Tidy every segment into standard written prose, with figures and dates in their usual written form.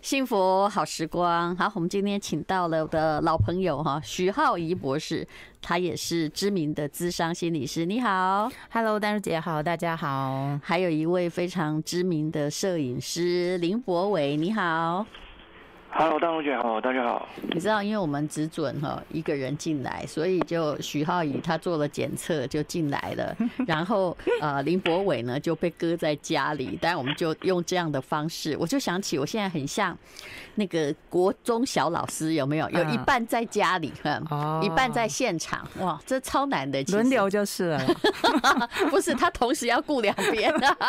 幸福好时光。好，我们今天请到了我的老朋友哈，许浩仪博士，他也是知名的咨商心理师。你好。 Hello， 淡如姐好，大家好。 还有一位非常知名的摄影师林博伟，你好。 Hello， 淡如姐好，大家好。 你知道，因为我们只准一个人进来，所以就许浩仪他做了检测就进来了，然后林博伟呢就被搁在家里，但我们就用这样的方式，我就想起我现在很像那个国中小老师，有没有？有一半在家里，一半在现场，哇，这超难的， 轮流就是了。 不是，他同时要顾两边。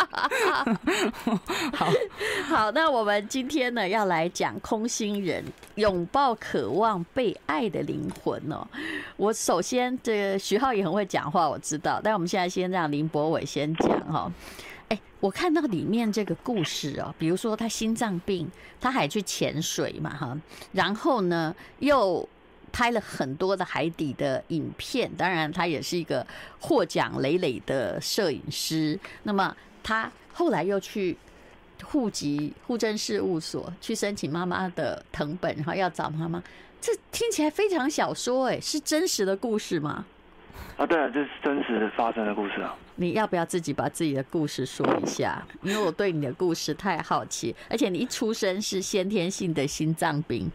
好，那我们今天呢要来讲空心人拥抱渴望被爱的灵魂哦。我首先这个徐浩也很会讲话，我知道，但我们现在先让林博伟先讲哈。我看到里面这个故事哦，比如说他心脏病，他还去潜水嘛哈，然后呢又拍了很多的海底的影片，当然他也是一个获奖累累的摄影师。那么他后来又去户政事务所去申请妈妈的誊本，然后要找妈妈。这听起来非常小说，是真实的故事吗？ 对啊，这是真实发生的故事啊。 你要不要自己把自己的故事说一下？因为我对你的故事太好奇，而且你一出生是先天性的心脏病。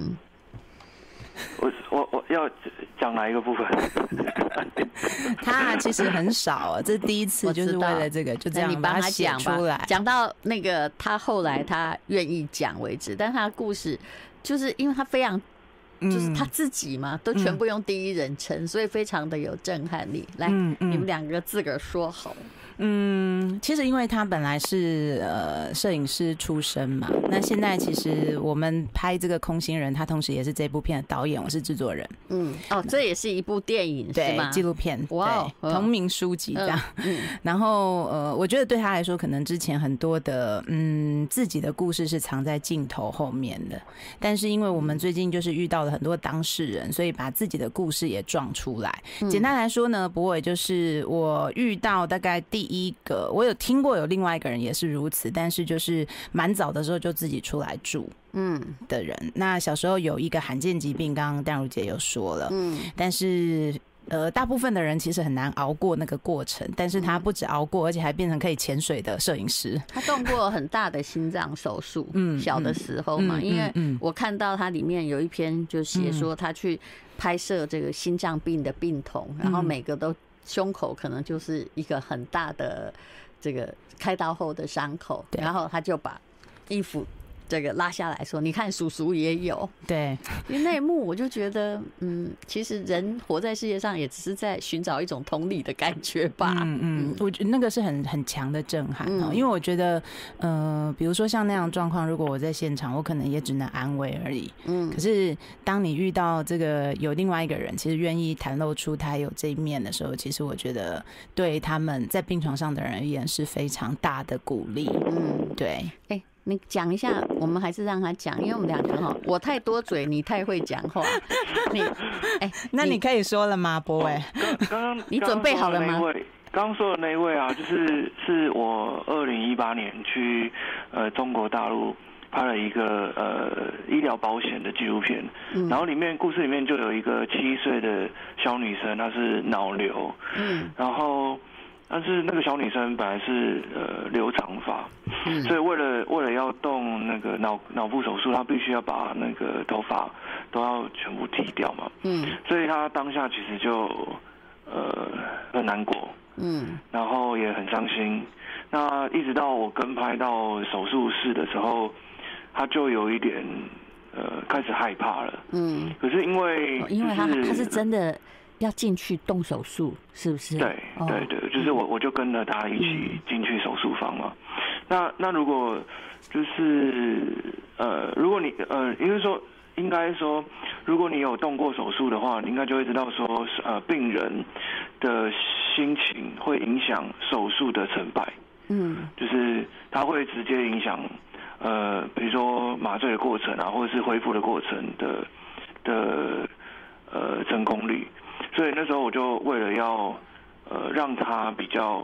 我要讲哪一个部分？ 他其实很少，这第一次就是为了这个，就这样把它写出来， 讲到那个他后来他愿意讲为止，但他的故事就是因为他非常。就是他自己嘛，都全部用第一人称，所以非常的有震撼力。来，你们两个自个儿说好了。 其实因为他本来是摄影师出身嘛，那现在其实我们拍这个空心人，他同时也是这部片的导演，我是制作人。 这也是一部电影是吗？ 纪录片，哇，同名书籍这样。然后我觉得对他来说，可能之前很多的自己的故事是藏在镜头后面的，但是因为我们最近就是遇到了很多当事人，所以把自己的故事也撞出来。简单来说呢，博伟就是我遇到大概第一个，我有听过有另外一个人也是如此，但是就是蛮早的时候就自己出来住的人。那小时候有一个罕见疾病，刚刚淡如姐有说了，但是大部分的人其实很难熬过那个过程，但是他不止熬过，而且还变成可以潜水的摄影师。 他动过很大的心脏手术，小的时候嘛，因为我看到他里面有一篇就写说他去拍摄这个心脏病的病童，然后每个都胸口可能就是一个很大的这个开刀后的伤口，然后他就把衣服这个拉下来说，你看叔叔也有。 对， 因为那一幕我就觉得其实人活在世界上也只是在寻找一种同理的感觉吧。 我觉得那个是很强的震撼因为我觉得比如说像那样的状况，如果我在现场，我可能也只能安慰而已。可是当你遇到这个有另外一个人其实愿意袒露出他有这一面的时候，其实我觉得对他们在病床上的人而言是非常大的鼓励。对。 你讲一下，我们还是让他讲，因为我们两个我太多嘴，你太会讲话。 那你可以说了吗，博伟？ 你准备好了吗？ 刚刚说的那一位啊，是我2018年去中国大陆拍了一个医疗保险的纪录片，然后故事里面就有一个7岁的小女生，她是脑瘤，然后。但是那个小女生本来是留长发，所以为了要动那个脑部手术，她必须要把那个头发都要全部剃掉嘛。所以她当下其实就很难过，然后也很伤心。那一直到我跟拍到手术室的时候，她就有一点开始害怕了。可是因为她是真的。要进去动手术是不是？ 对，就是我就跟着他一起进去手术房嘛。那如果就是如果你应该说，如果你有动过手术的话，你应该就会知道说，病人的心情会影响手术的成败。就是它会直接影响比如说麻醉的过程啊，或者是恢复的过程的成功率。所以那时候我就为了要让他比较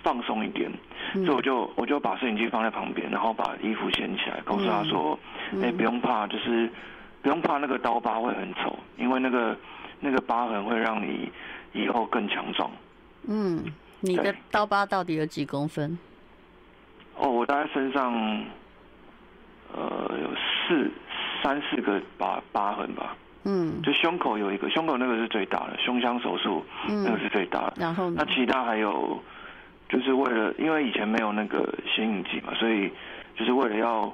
放松一点，所以我就把摄影机放在旁边，然后把衣服掀起来，告诉他说，不用怕，就是不用怕那个刀疤会很丑，因为那个疤痕会让你以后更强壮。 你的刀疤到底有几公分？ 我大概身上有三四个疤痕吧。就胸口有一个，胸口那个是最大的，胸腔手术那个是最大的。然后那其他还有，就是为了因为以前没有那个显影剂嘛，所以就是为了要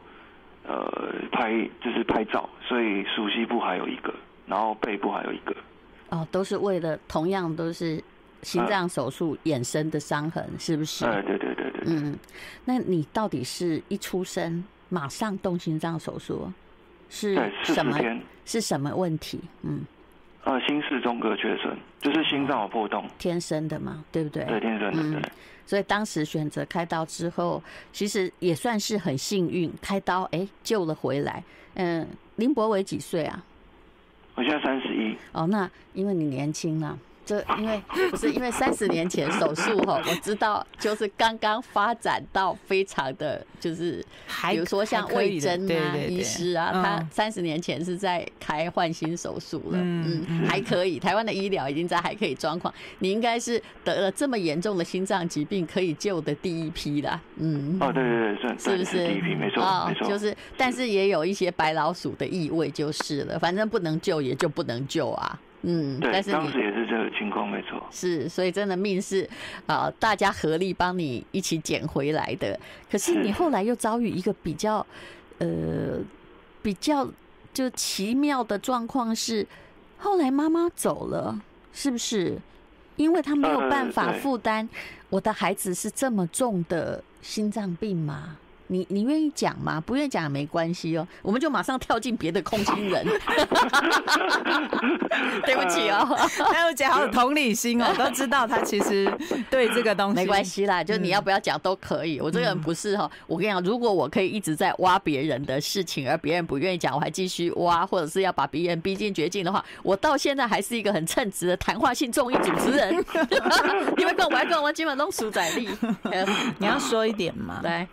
拍照，所以属膝部还有一个，然后背部还有一个。都是为了同样都是心脏手术衍生的伤痕，是不是？对。 那你到底是一出生马上动心脏手术？是什么？是什么问题？ 心室中隔缺损，就是心脏有破洞， 天生的嘛，对不对？ 对，天生的。对。 所以当时选择开刀之后，其实也算是很幸运，开刀救了回来。林博伟几岁啊？ 我现在31。 那因为你年轻了。因为30年前手术我知道就是刚刚发展到非常的，就是比如说像魏征啊医师啊，他30年前是在开换心手术了，还可以，台湾的医疗已经在还可以状况，你应该是得了这么严重的心脏疾病可以救的第一批啦， 对，是不是第一批？没错，没错， 就是，但是也有一些白老鼠的意味就是了，反正不能救也就不能救啊。 对，但是当时也是这个情况，没错。 是，所以真的命是大家合力帮你一起捡回来的。可是你后来又遭遇一个比较就奇妙的状况是，后来妈妈走了，是不是？因为她没有办法负担我的孩子是这么重的心脏病吗？你愿意讲吗？不愿意讲也没关系哦，我们就马上跳进别的空心人。对不起哦， 还有姐好有同理心哦，都知道他其实对这个东西没关系啦，就你要不要讲都可以。我这个人不是我跟你讲，如果我可以一直在挖别人的事情，而别人不愿意讲，我还继续挖，或者是要把别人逼进绝境的话，我到现在还是一个很称职的谈话性综艺主持人。你们跟我还跟我基本都鼠仔力， 你要说一点嘛？ 来。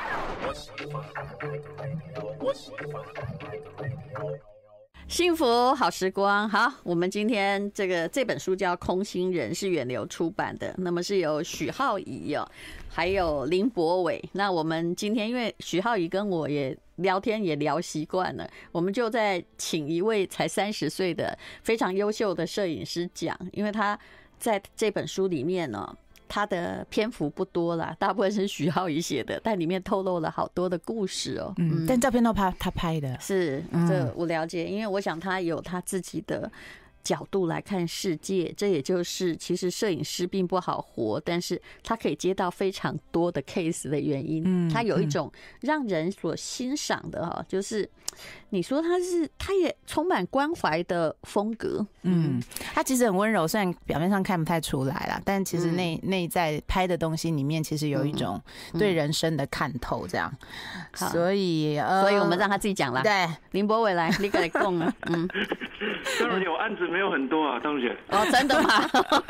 幸福好时光，好，我们今天这本书叫《空心人》，是远流出版的，那么是由许浩怡还有林博伟。那我们今天因为许浩怡跟我也聊天也聊习惯了，我们就在请一位才30岁的非常优秀的摄影师讲，因为他在这本书里面他的篇幅不多啦，大部分是许浩怡写的，但里面透露了好多的故事但照片都他拍的， 是这我了解，因为我想他有他自己的角度来看世界，这也就是其实摄影师并不好活，但是他可以接到非常多的 case 的原因。他有一种让人所欣赏的就是你说他也充满关怀的风格。 他其实很温柔，虽然表面上看不太出来啦，但其实内在拍的东西里面其实有一种对人生的看透这样。所以我们让他自己讲啦。对，林博伟来，你给他讲啊。 当然有案子没有很多啊，张姐。 真的吗？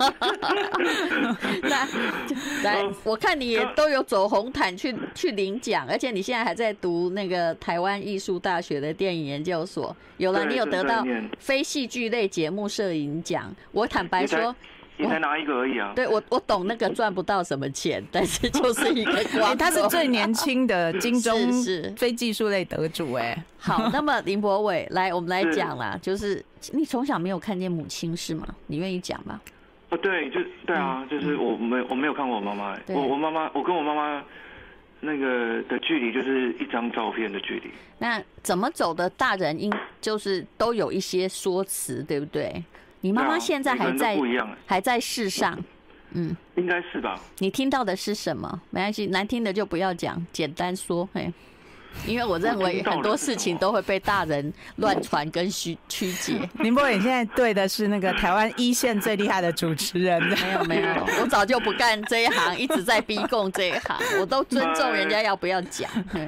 来，我看你也都有走红毯去领奖，而且你现在还在读那个台湾艺术大学的电影研究所。有了，你有得到非戏剧类节目摄影奖。我坦白说。 你才拿一个而已啊！ 对，我懂那个赚不到什么钱，但是就是一个光。 他是最年轻的金钟非技术类得主好，那么林博伟来，我们来讲啦，就是你从小没有看见母亲是吗？你愿意讲吗？ 对，对啊，就是我没有看过我妈妈，我跟我妈妈那个的距离就是一张照片的距离。那怎么走的大人就是都有一些说辞，对不对？你妈妈现在还在世上， 应该是吧？ 你听到的是什么？没关系，难听的就不要讲，简单说，因为我认为很多事情都会被大人乱传跟曲解。 林博伟，你现在对的是那个台湾一线最厉害的主持人。 没有，我早就不干这一行，一直在逼供这一行，我都尊重人家要不要讲。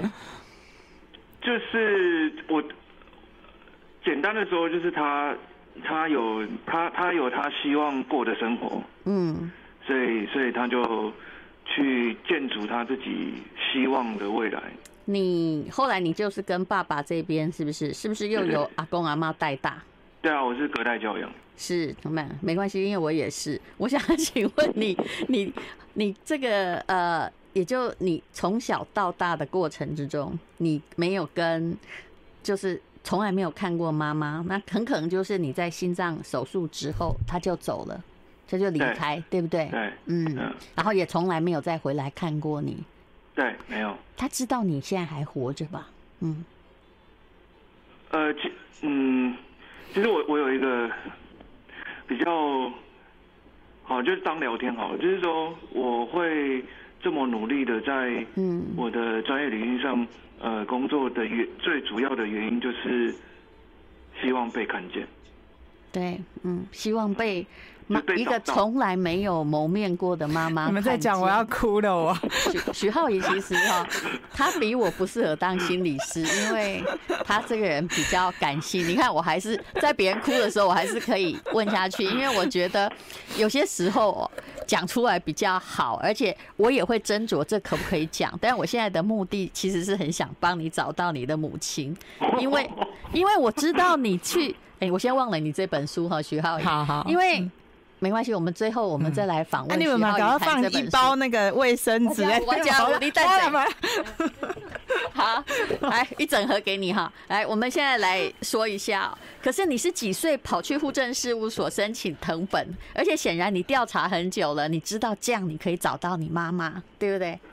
就是我简单的说，就是他有他希望过的生活，所以他就去建筑他自己希望的未来。 你后来你就是跟爸爸这边是不是？是不是又有阿公阿嬷带大？ 对啊，我是隔代教养。 是，没关系，因为我也是。我想请问你这个也就你从小到大的过程之中，你没有就是从来没有看过妈妈，那很可能就是你在心脏手术之后，他就走了，他就离开， 对不对？ 对， 然后也从来没有再回来看过你。 对，没有。他知道你现在还活着吧？ 其实我有一个比较好，就是当聊天好了，就是说我会这么努力的在我的专业领域上工作的最主要的原因就是希望被看见。对，希望被一个从来没有谋面过的妈妈。 你们在讲，我要哭了哦。 许浩仪其实他比我不适合当心理师，因为他这个人比较感性。你看，我还是在别人哭的时候，我还是可以问下去，因为我觉得有些时候讲出来比较好，而且我也会斟酌这可不可以讲。但我现在的目的其实是很想帮你找到你的母亲，因为我知道你去。我先忘了你这本书许浩仪。好，因为没关系，我们最后我们再来访问。 你们赶快放一包那个卫生纸， 我讲你带着。好，来一整盒给你哈。来，我们现在来说一下可是你是几岁跑去户政事务所申请誊本？而且显然你调查很久了，你知道这样你可以找到你妈妈，对不对？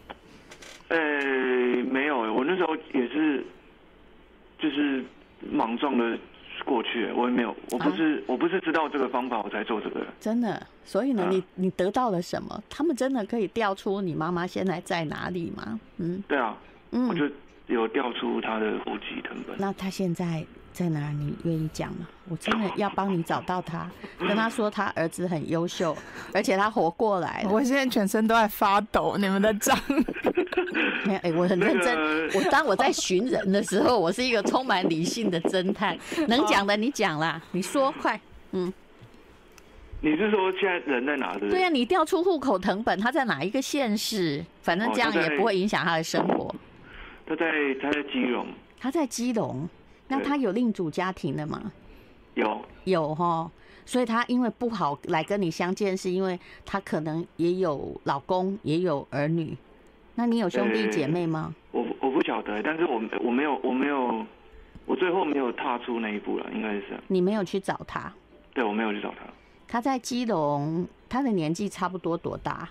没有，我那时候也是，就是莽撞的。过去我也没有，我不是知道这个方法我才做这个。真的，所以呢，你得到了什么？他们真的可以调出你妈妈现在在哪里吗？对啊，我就有调出她的户籍誊本。那她现在在哪？你愿意讲吗？我真的要帮你找到她，跟她说她儿子很优秀，而且他活过来了。我现在全身都在发抖，你们的账。我很认真。当我在寻人的时候，我是一个充满理性的侦探。能讲的你讲啦，你说快。你是说现在人在哪？对呀，你调出户口誊本，他在哪一个县市？反正这样也不会影响他的生活。他在基隆。他在基隆，那他有另组家庭的吗？有齁。所以他因为不好来跟你相见，是因为他可能也有老公，也有儿女。那你有兄弟姐妹吗？我不晓得，但是我没有，我最后没有踏出那一步了，应该是这样。你没有去找他？对，我没有去找他。他在基隆，他的年纪差不多多大？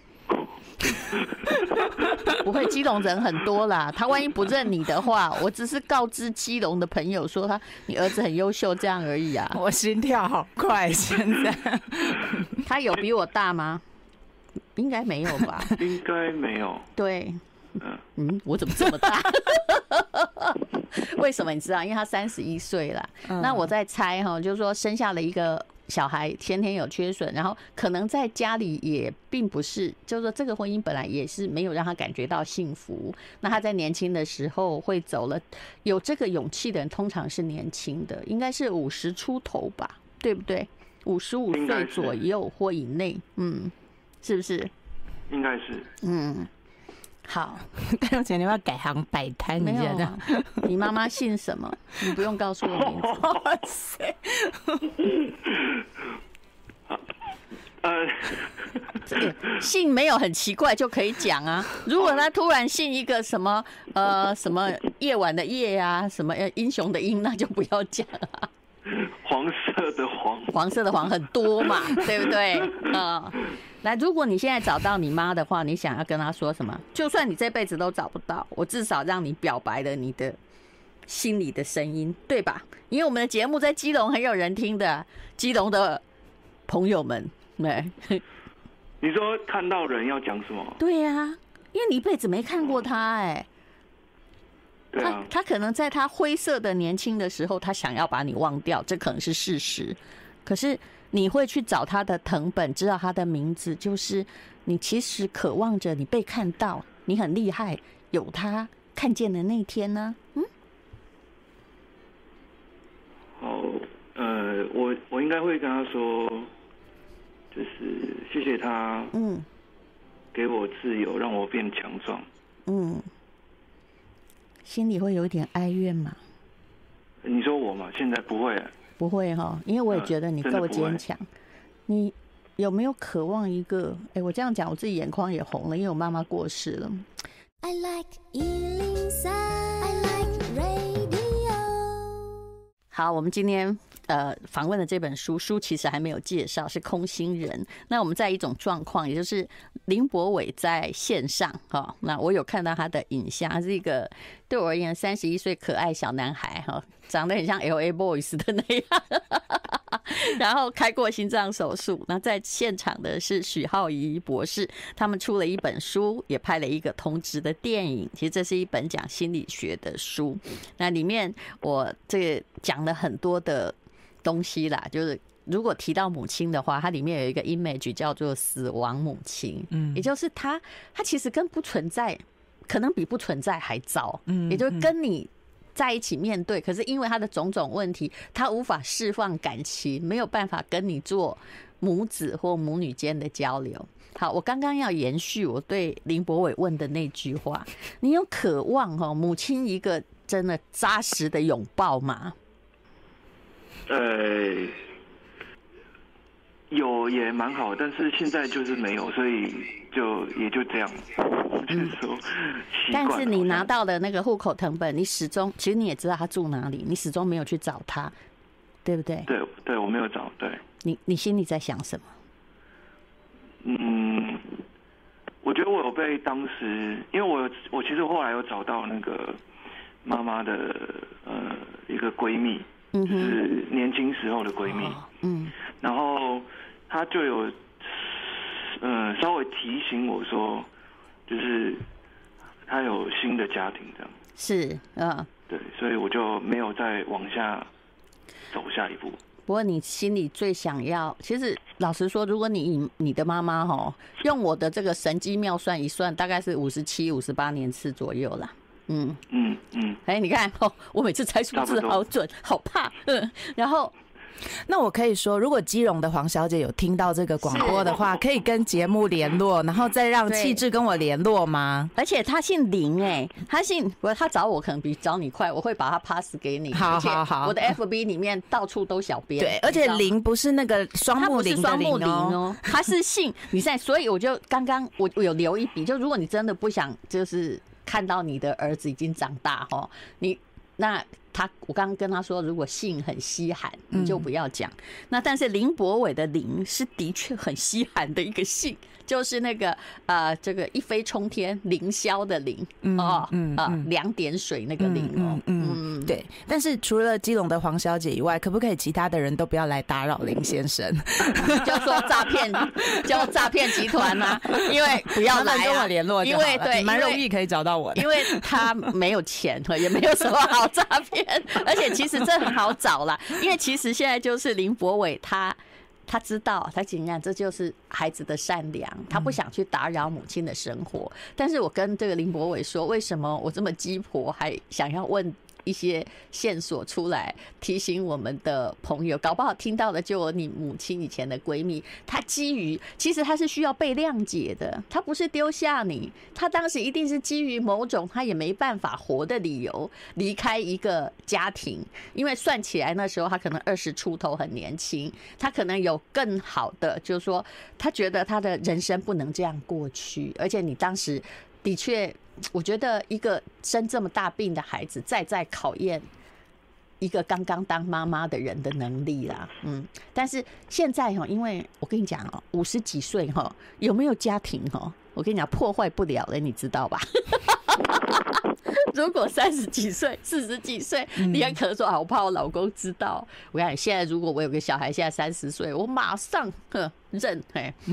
不会，基隆人很多啦。他万一不认你的话，我只是告知基隆的朋友说你儿子很优秀这样而已啊。我心跳好快，现在。他有比我大吗？应该没有吧？应该没有。对，我怎么这么大？为什么你知道？因为他31岁了。那我在猜就是说生下了一个小孩，先天有缺损，然后可能在家里也并不是，就是说这个婚姻本来也是没有让他感觉到幸福。那他在年轻的时候会走了，有这个勇气的人通常是年轻的，应该是50出头吧，对不对？55岁左右或以内，是不是？应该是。好。 但我姐你要改行摆摊， 没有啊？你妈妈姓什么？你不用告诉我名字。哇塞！姓没有很奇怪就可以讲啊。如果他突然姓一个什么什么夜晚的夜啊，什么英雄的英，那就不要讲啊。黄色的黄，黄色的黄很多嘛，对不对？来，如果你现在找到你妈的话，你想要跟她说什么？就算你这辈子都找不到，我至少让你表白了你的心里的声音，对吧？因为我们的节目在基隆很有人听的，基隆的朋友们，对。你说看到人要讲什么？对呀，因为你一辈子没看过他，他可能在他灰色的年轻的时候，他想要把你忘掉，这可能是事实。可是你会去找他的誊本，知道他的名字，就是你其实渴望着你被看到，你很厉害，有他看见的那天呢？好，我应该会跟他说，就是谢谢他， 给我自由，让我变强壮。 心里会有一点哀怨吗？ 你说我吗？现在不会， 不会哈，因为我也觉得你够坚强。你有没有渴望一个？我这样讲，我自己眼眶也红了，因为我妈妈过世了。I like 103, I like radio。好，我们今天访问的这本书其实还没有介绍，是空心人。那我们在一种状况，也就是林柏伟在线上哈，那我有看到他的影像，他是一个对我而言31岁可爱小男孩哈，长得很像 LA Boys 的那样。然后开过心脏手术，那在现场的是许浩仪博士，他们出了一本书，也拍了一个同质的电影。其实这是一本讲心理学的书，那里面我这个讲了很多的东西啦，就是如果提到母亲的话，它里面有一个 image 叫做死亡母亲，也就是它其实跟不存在，可能比不存在还糟，也就是跟你在一起面对，可是因为他的种种问题，他无法释放感情，没有办法跟你做母子或母女间的交流。好，我刚刚要延续我对林柏伟问的那句话，你有渴望母亲一个真的扎实的拥抱吗？ 有也蛮好，但是现在就是没有，所以也就这样。就是说， 但是你拿到的那个户口誊本，你始终其实你也知道他住哪里，你始终没有去找他，对不对？ 对，我没有找。对， 你心里在想什么？ 我觉得我有被当时，因为我其实后来有找到那个妈妈的一个闺蜜，就是年轻时候的闺蜜，然后她就有稍微提醒我说，就是她有新的家庭这样。是，对，所以我就没有再往下走下一步。 不过你心里最想要，其实老实说，如果你的妈妈用我的这个神机妙算一算，大概是57、58年次左右啦。你看我每次猜数字好准，好怕。然后。 那我可以说，如果基隆的黄小姐有听到这个广播的话，可以跟节目联络，然后再让气质跟我联络吗？ 而且她姓林她找我可能比找你快，我会把她 pass 给你。 好， 我的 FB 里面到处都小编。对， 而且林不是那个双木林的林哦， 她是姓你在，所以我就刚刚我有留一笔，就如果你真的不想就是看到你的儿子已经长大我刚刚跟他说，如果姓很稀罕，你就不要讲。那但是林柏伟的林是的确很稀罕的一个姓，就是那个这个一飞冲天凌霄的凌两点水那个凌对。但是除了基隆的黄小姐以外，可不可以其他的人都不要来打扰林先生？ 就说诈骗集团啊，因为不要来跟我联络就好了，因为对，蛮容易可以找到我的， 因为他没有钱，也没有什么好诈骗。而且其实这很好找啦，因为其实现在就是林柏伟他知道，他竟然这就是孩子的善良，他不想去打扰母亲的生活。但是我跟这个林柏伟说，为什么我这么鸡婆，还想要问一些线索出来提醒我们的朋友，搞不好听到的就有你母亲以前的闺蜜。她其实她是需要被谅解的，她不是丢下你，她当时一定是基于某种她也没办法活的理由离开一个家庭。因为算起来那时候她可能20出头，很年轻，她可能有更好的，就是说她觉得她的人生不能这样过去。而且你当时的确，我觉得一个生这么大病的孩子，在考验一个刚刚当妈妈的人的能力啦。但是现在因为我跟你讲50几岁有没有家庭我跟你讲破坏不了了，你知道吧？如果30几岁、40几岁，你还可能说我怕我老公知道。我看现在如果我有个小孩，现在30岁，我马上认。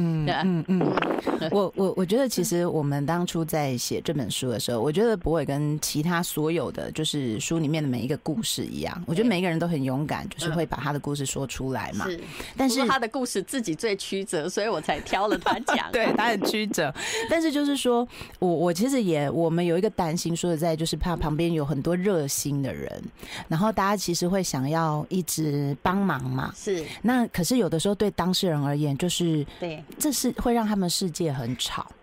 我觉得其实我们当初在写这本书的时候，我觉得柏伟跟其他所有的就是书里面的每一个故事一样，我觉得每一个人都很勇敢，就是会把他的故事说出来嘛。但是他的故事自己最曲折，所以我才挑了他讲。 对，他很曲折。但是就是说我其实我们有一个担心，说实在就是怕旁边有很多热心的人，然后大家其实会想要一直帮忙嘛。 是。 那可是有的时候对当事人而言，就是对，这是会让他们世界很吵。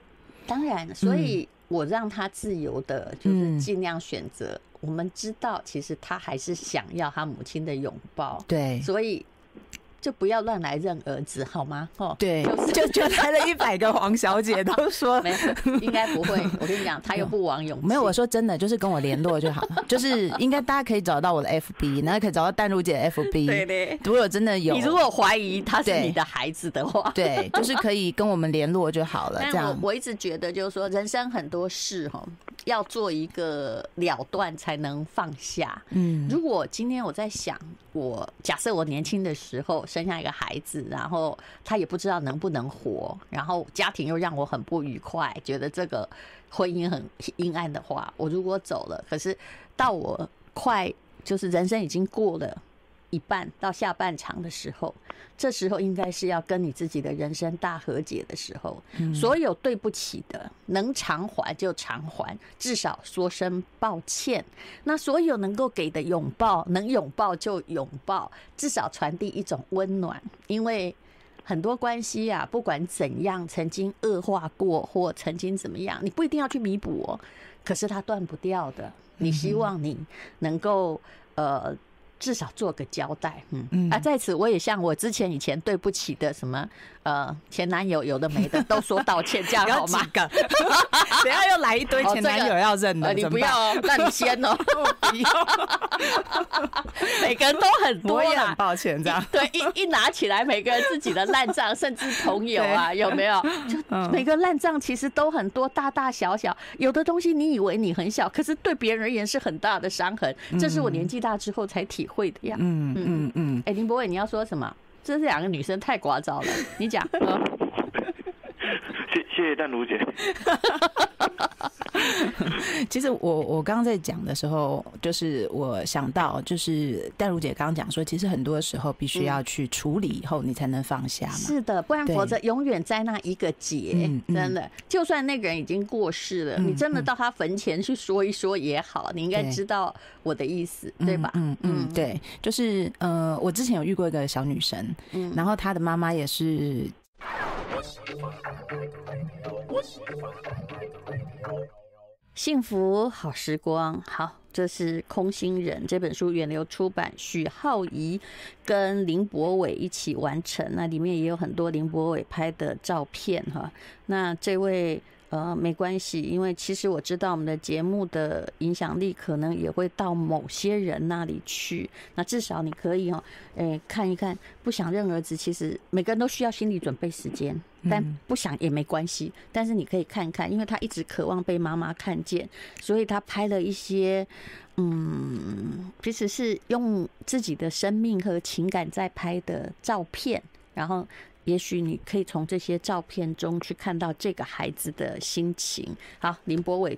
当然，所以我让他自由的，就是尽量选择。我们知道，其实他还是想要他母亲的拥抱， 对， 所以就不要乱来认儿子，好吗？ 对，就来了100个黄小姐都说没有，应该不会。我跟你讲，他又不枉勇气。 没有，我说真的，就是跟我联络就好了。就是应该大家可以找到我的 FB， 然后可以找到淡如姐的 FB。 对对， 如果真的有， 你如果怀疑他是你的孩子的话， 对，就是可以跟我们联络就好了。这样， 我一直觉得就是说，人生很多事要做一个了断才能放下。如果今天我在想，假设我年轻的时候生下一个孩子，然后他也不知道能不能活，然后家庭又让我很不愉快，觉得这个婚姻很阴暗的话，我如果走了，可是到我就是人生已经过了一半到下半场的时候，这时候应该是要跟你自己的人生大和解的时候。所有对不起的，能偿还就偿还，至少说声抱歉。那所有能够给的拥抱，能拥抱就拥抱，至少传递一种温暖。因为很多关系啊，不管怎样曾经恶化过或曾经怎么样，你不一定要去弥补可是它断不掉的。你希望你能够至少做个交代。在此我也向我以前对不起的什么前男友有的没的都说道歉，这样好吗？ 等下又来一堆前男友要认的， 你不要那你先不要每个人都很多啦， 我也很抱歉这样。 对，一拿起来每个人自己的烂账，甚至朋友啊，有没有？就每个烂账其实都很多，大大小小，有的东西你以为你很小，可是对别人而言是很大的伤痕。这是我年纪大之后才体会的呀。林博伟，你要说什么？这2个女生太聒噪了，你讲。 谢谢淡如姐。 其实我刚刚在讲的时候，就是我想到，就是淡如姐刚刚讲说，其实很多时候必须要去处理以后，你才能放下嘛。 是的，不然否则永远在那一个结。真的，就算那个人已经过世了，你真的到他坟前去说一说也好，你应该知道我的意思，对吧？ 对，就是我之前有遇过一个小女生，然后她的妈妈也是。 幸福好时光，好，这是《空心人》这本书，远流出版，许浩仪跟林博伟一起完成。那里面也有很多林博伟拍的照片哈。那这位没关系，因为其实我知道我们的节目的影响力可能也会到某些人那里去。那至少你可以看一看，不想认儿子，其实每个人都需要心理准备时间。但不想也没关系，但是你可以看看，因为他一直渴望被妈妈看见，所以他拍了一些其实是用自己的生命和情感在拍的照片，然后也许你可以从这些照片中去看到这个孩子的心情。好，林博伟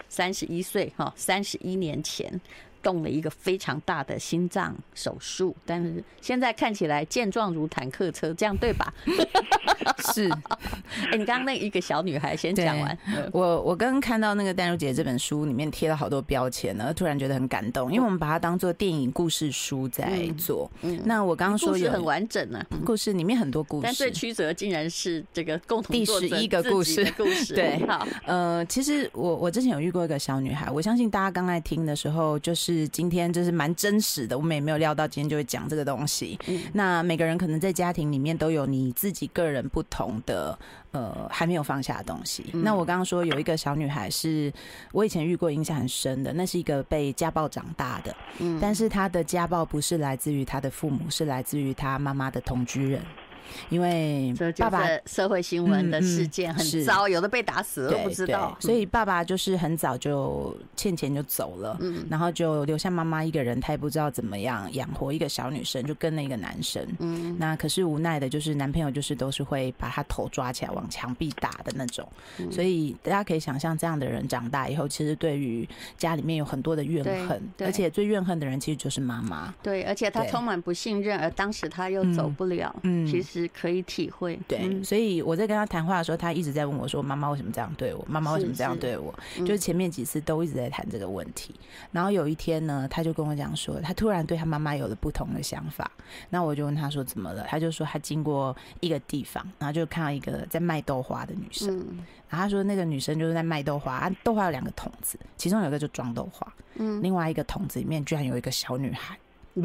31岁31年前动了一个非常大的心脏手术，但是现在看起来健壮如坦克车，这样对吧？ 是。 你刚刚那一个小女孩先讲完。 我刚刚看到那个淡如姐这本书里面贴了好多标签呢，突然觉得很感动，因为我们把它当做电影故事书在做。那我刚刚说有故事很完整啊， 故事里面很多故事， 但最曲折竟然是这个共同第11个故事。对， 好， 其实我之前有遇过一个小女孩，我相信大家刚才听的时候，就是今天就是蛮真实的，我们也没有料到今天就会讲这个东西。那每个人可能在家庭里面都有你自己个人不同的还没有放下的东西。那我刚刚说有一个小女孩是我以前遇过，印象很深的，那是一个被家暴长大的，但是她的家暴不是来自于她的父母，是来自于她妈妈的同居人。因为爸爸社会新闻的事件很糟，有的被打死了都不知道， 所以爸爸就是很早就欠钱就走了，然后就留下妈妈一个人，他也不知道怎么样养活一个小女生，就跟了一个男生。那可是无奈的就是男朋友就是都是会把他头抓起来往墙壁打的那种，所以大家可以想象这样的人长大以后，其实对于家里面有很多的怨恨，而且最怨恨的人其实就是妈妈。 对，而且他充满不信任，而当时他又走不了。其实实可以体会。 对，所以我在跟他谈话的时候，他一直在问我说：“妈妈为什么这样对我？妈妈为什么这样对我？”就是前面几次都一直在谈这个问题。然后有一天呢，他就跟我讲说，他突然对他妈妈有了不同的想法。那我就问他说怎么了？他就说他经过一个地方，然后就看到一个在卖豆花的女生。然后他说那个女生就是在卖豆花，豆花有2个桶子，其中有一个就装豆花，另外一个桶子里面居然有一个小女孩。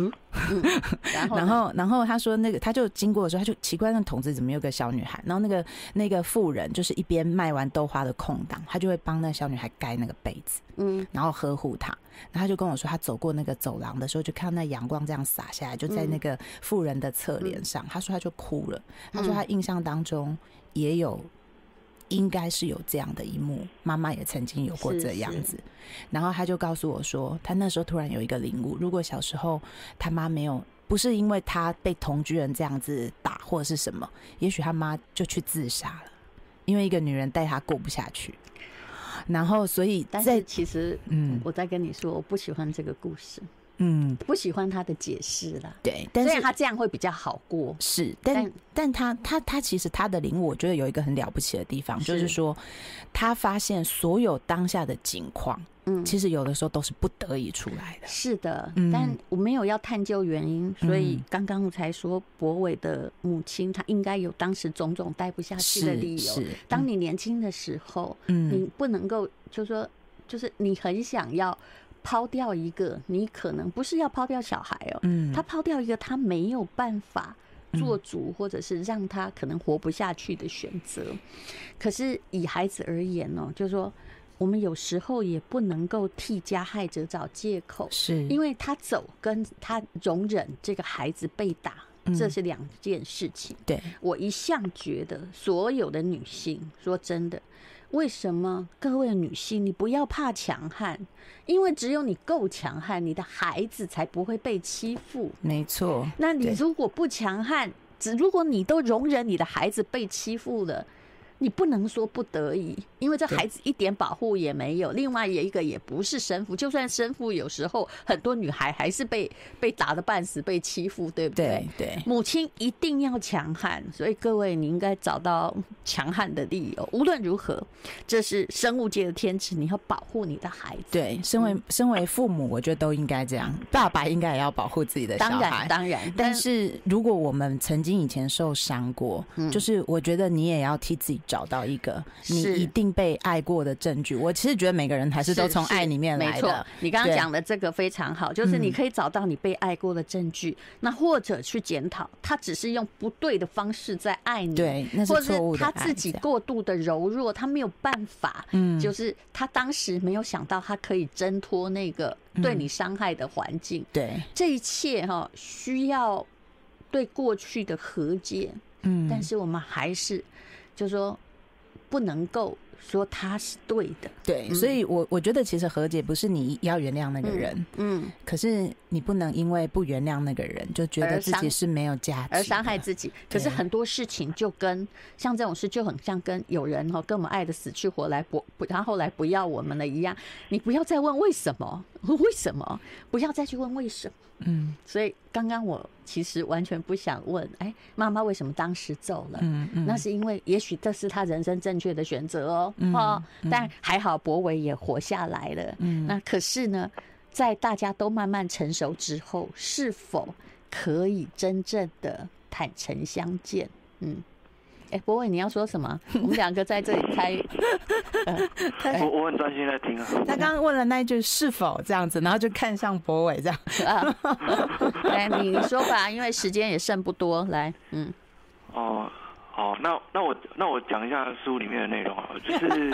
然后他说那个他就经过的时候，他就奇怪那桶子怎么有个小女孩，然后那个妇人就是一边卖完豆花的空档，他就会帮那小女孩盖那个被子，然后呵护她。然后他就跟我说，他走过那个走廊的时候，就看到那阳光这样洒下来，就在那个妇人的侧脸上。他说他就哭了，他说他印象当中也有。应该是有这样的一幕，妈妈也曾经有过这样子。然后他就告诉我说，他那时候突然有一个领悟，如果小时候他妈没有，不是因为他被同居人这样子打或者是什么，也许他妈就去自杀了，因为一个女人带他过不下去。然后所以但是其实我在跟你说，我不喜欢这个故事。不喜欢他的解释啦。 对，但是虽然他这样会比较好过， 是，但他其实他的领悟，我觉得有一个很了不起的地方，就是说他发现所有当下的境况，其实有的时候都是不得已出来的。 是的，但我没有要探究原因，所以刚刚我才说柏伟的母亲，她应该有当时种种待不下去的理由。当你年轻的时候，你不能够就是你很想要。抛掉一个，你可能不是要抛掉小孩哦，他抛掉一个他没有办法做主，或者是让他可能活不下去的选择。可是以孩子而言哦，就是说我们有时候也不能够替加害者找借口，是因为他走跟他容忍这个孩子被打，这是2件事情。对，我一向觉得所有的女性，说真的。为什么各位女性你不要怕强悍？因为只有你够强悍，你的孩子才不会被欺负。没错。那你如果不强悍，如果你都容忍你的孩子被欺负了，你不能说不得已，因为这孩子一点保护也没有。另外一个也不是生父，就算生父，有时候很多女孩还是被打得半死，被欺负，对不对？对。母亲一定要强悍，所以各位你应该找到强悍的理由。无论如何，这是生物界的天职，你要保护你的孩子。对，身为父母，我觉得都应该这样。爸爸应该也要保护自己的小孩，当然。但是如果我们曾经以前受伤过，就是我觉得你也要替自己找到一个你一定被爱过的证据。我其实觉得每个人还是都从爱里面来的。没错，你刚刚讲的这个非常好，就是你可以找到你被爱过的证据，那或者去检讨他只是用不对的方式在爱你，对，那是错误的爱，或者他自己过度的柔弱，他没有办法，就是他当时没有想到他可以挣脱那个对你伤害的环境。对，这一切需要对过去的和解。但是我们还是就是说不能够说他是对的。对，所以我觉得其实和解不是你要原谅那个人，可是你不能因为不原谅那个人就觉得自己是没有价值而伤害自己。可是很多事情就跟像这种事就很像跟有人跟我们爱的死去活来然后后来不要我们了一样，你不要再问为什么，不要再去问为什么。所以刚刚我其实完全不想问妈妈为什么当时走了，那是因为也许这是他人生正确的选择但还好柏伟也活下来了。那可是呢，在大家都慢慢成熟之后，是否可以真正的坦诚相见？柏伟，你要说什么？我们2个在这里开， 我很专心在听啊。 他刚刚问了那一句是否这样子，然后就看向柏伟这样。 来，你说吧，因为时间也剩不多。来， 好，那我讲一下书里面的内容好了，就是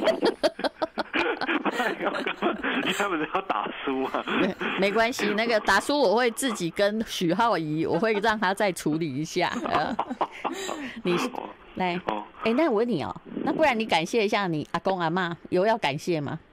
他们要打书啊， 没关系，那个打书我会自己跟许浩怡，我会让他再处理一下。你来，那我问你那不然你感谢一下你阿公阿嬷，有要感谢吗？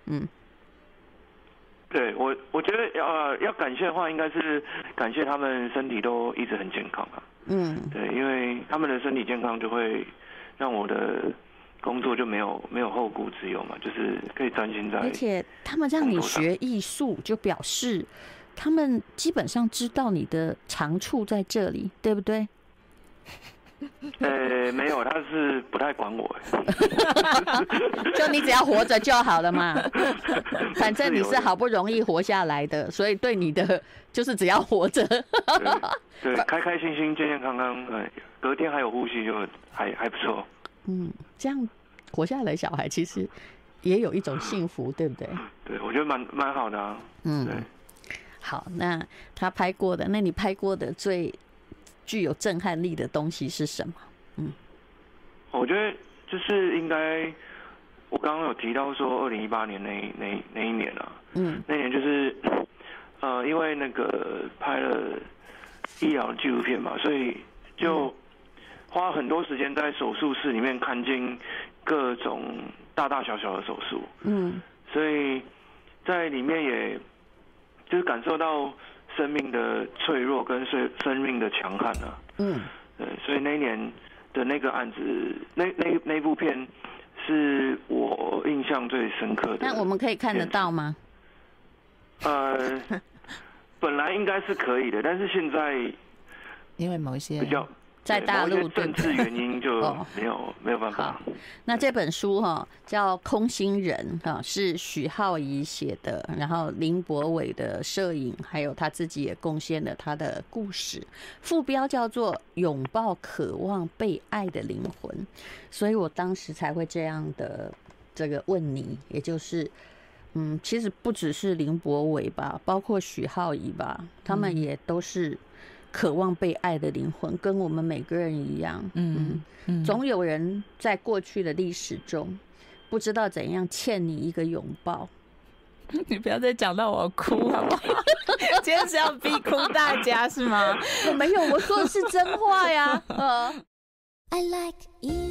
对，我觉得要感谢的话，应该是感谢他们身体都一直很健康啊。对，因为他们的身体健康就会让我的工作就没有后顾之忧嘛，就是可以专心在。 而且他们让你学艺术，就表示他们基本上知道你的长处在这里，对不对？ 没有，他是不太管我。 就你只要活着就好了嘛，反正你是好不容易活下来的，所以对你的就是只要活着， 对，开开心心、健健康康，隔天还有呼吸就还不错。 这样活下来，小孩其实也有一种幸福，对不对？ 对，我觉得蛮好的啊。对。 好，那他拍过的，那你拍过的最具有震撼力的东西是什么？ 我觉得就是应该，我刚刚有提到说2018年那一年啊，那年就是因为那个拍了医疗纪录片嘛，所以就花很多时间在手术室里面看见各种大大小小的手术，所以在里面也就是感受到生命的脆弱跟生命的强悍啊，对，所以那一年的那个案子，那部片是我印象最深刻的。 那我们可以看得到吗？ 本来应该是可以的，但是现在因为某一些比较在大陆政治原因就没有办法。 好，那这本书叫《空心人》是许浩仪写的，然后林柏伟的摄影，还有他自己也贡献了他的故事。副标叫做《拥抱渴望被爱的灵魂》，所以我当时才会这样的这个问你，也就是其实不只是林柏伟吧，包括许浩仪吧，他们也都是渴望被爱的灵魂，跟我们每个人一样。总有人在过去的历史中，不知道怎样欠你一个拥抱。 你不要再讲到我哭好不好？今天是要逼哭大家是吗？ 我没有，我说的是真话呀。 I like